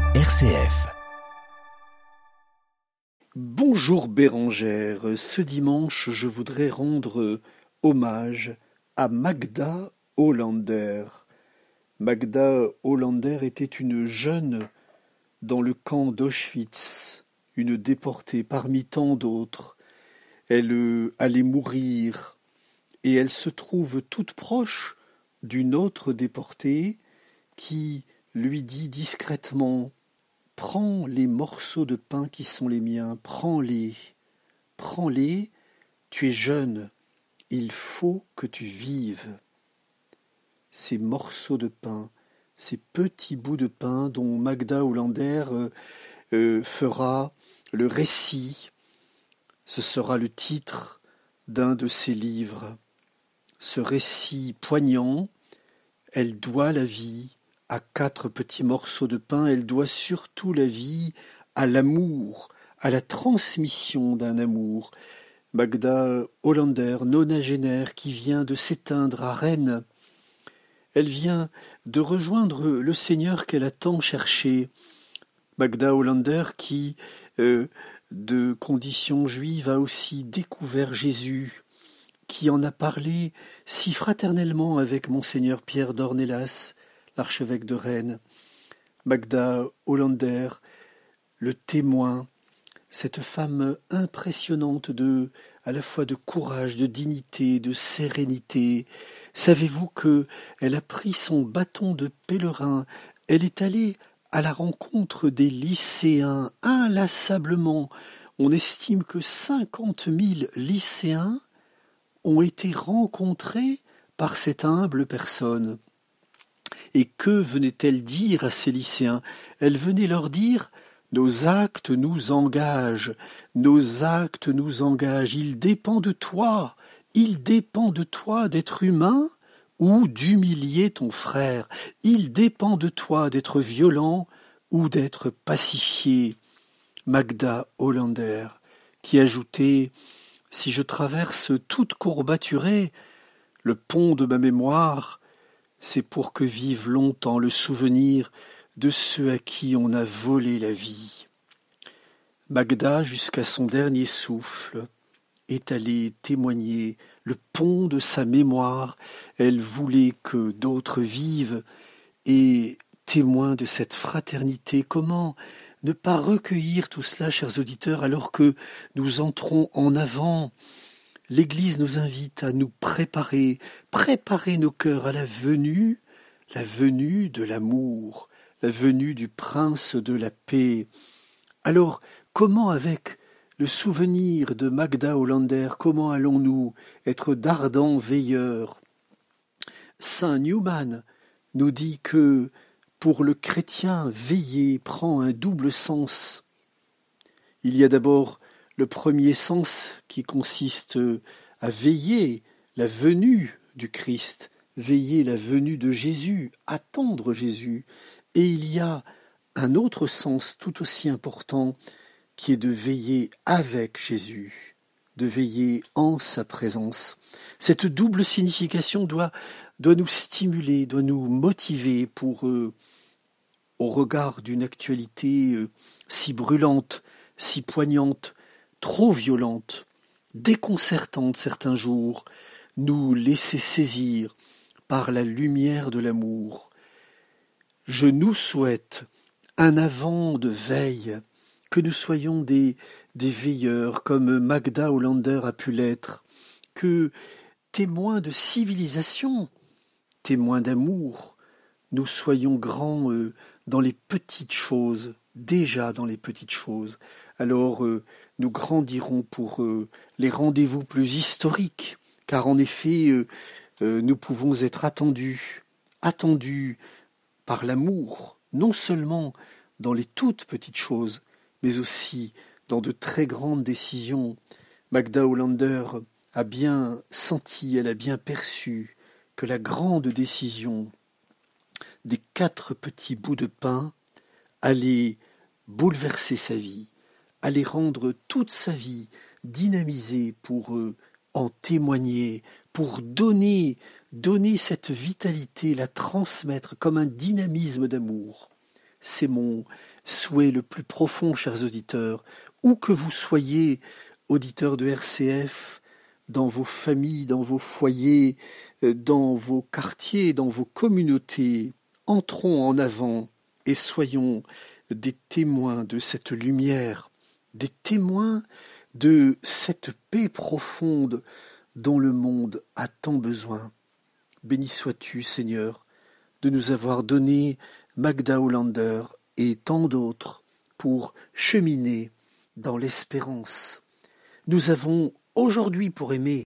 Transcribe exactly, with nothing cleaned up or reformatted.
R C F. Bonjour Bérengère, ce dimanche je voudrais rendre hommage à Magda Hollander. Magda Hollander était une jeune dans le camp d'Auschwitz, une déportée parmi tant d'autres. Elle euh, allait mourir et elle se trouve toute proche d'une autre déportée qui lui dit discrètement: prends les morceaux de pain qui sont les miens, prends-les, prends-les, tu es jeune, il faut que tu vives. Ces morceaux de pain, ces petits bouts de pain dont Magda Hollander euh, euh, fera le récit, ce sera le titre d'un de ses livres. Ce récit poignant, elle doit la vie à quatre petits morceaux de pain, elle doit surtout la vie à l'amour, à la transmission d'un amour. Magda Hollander, nonagénaire, qui vient de s'éteindre à Rennes, elle vient de rejoindre le Seigneur qu'elle a tant cherché. Magda Hollander qui, euh, de condition juive, a aussi découvert Jésus, qui en a parlé si fraternellement avec Monseigneur Pierre d'Ornelas, l'archevêque de Rennes. Magda Hollander, le témoin, cette femme impressionnante de, à la fois de courage, de dignité, de sérénité. Savez-vous que elle a pris son bâton de pèlerin, elle est allée à la rencontre des lycéens inlassablement. On estime que cinquante mille lycéens ont été rencontrés par cette humble personne. Et que venait-elle dire à ces lycéens? Elle venait leur dire: nos actes nous engagent, nos actes nous engagent, il dépend de toi, il dépend de toi d'être humain ou d'humilier ton frère, il dépend de toi d'être violent ou d'être pacifié. Magda Hollander, qui ajoutait: si je traverse toute courbaturée, le pont de ma mémoire, c'est pour que vive longtemps le souvenir de ceux à qui on a volé la vie. Magda, jusqu'à son dernier souffle, est allée témoigner le pont de sa mémoire. Elle voulait que d'autres vivent et témoins de cette fraternité. Comment ne pas recueillir tout cela, chers auditeurs, alors que nous entrons en avant? L'Église nous invite à nous préparer, préparer nos cœurs à la venue, la venue de l'amour, la venue du Prince de la paix. Alors, comment, avec le souvenir de Magda Hollander, comment allons-nous être d'ardents veilleurs? Saint Newman nous dit que pour le chrétien, veiller prend un double sens. Il y a d'abord le premier sens qui consiste à veiller la venue du Christ, veiller la venue de Jésus, attendre Jésus. Et il y a un autre sens tout aussi important qui est de veiller avec Jésus, de veiller en sa présence. Cette double signification doit, doit nous stimuler, doit nous motiver pour, euh, au regard d'une actualité euh, si brûlante, si poignante, trop violente, déconcertante certains jours, nous laisser saisir par la lumière de l'amour. Je nous souhaite un avant de veille, que nous soyons des, des veilleurs comme Magda Hollander a pu l'être, que témoins de civilisation, témoins d'amour, nous soyons grands euh, dans les petites choses, déjà dans les petites choses. Alors euh, nous grandirons pour euh, les rendez-vous plus historiques, car en effet euh, euh, nous pouvons être attendus, attendus par l'amour, non seulement dans les toutes petites choses, mais aussi dans de très grandes décisions. Magda Hollander a bien senti, elle a bien perçu que la grande décision des quatre petits bouts de pain allait bouleverser sa vie, allait rendre toute sa vie dynamisée pour euh, en témoigner, pour donner, donner cette vitalité, la transmettre comme un dynamisme d'amour. C'est mon souhait le plus profond, chers auditeurs, où que vous soyez, auditeurs de R C F, dans vos familles, dans vos foyers, dans vos quartiers, dans vos communautés, entrons en avant et soyons des témoins de cette lumière, des témoins de cette paix profonde dont le monde a tant besoin. Béni sois-tu, Seigneur, de nous avoir donné Magda Hollander et tant d'autres pour cheminer dans l'espérance. Nous avons aujourd'hui pour aimer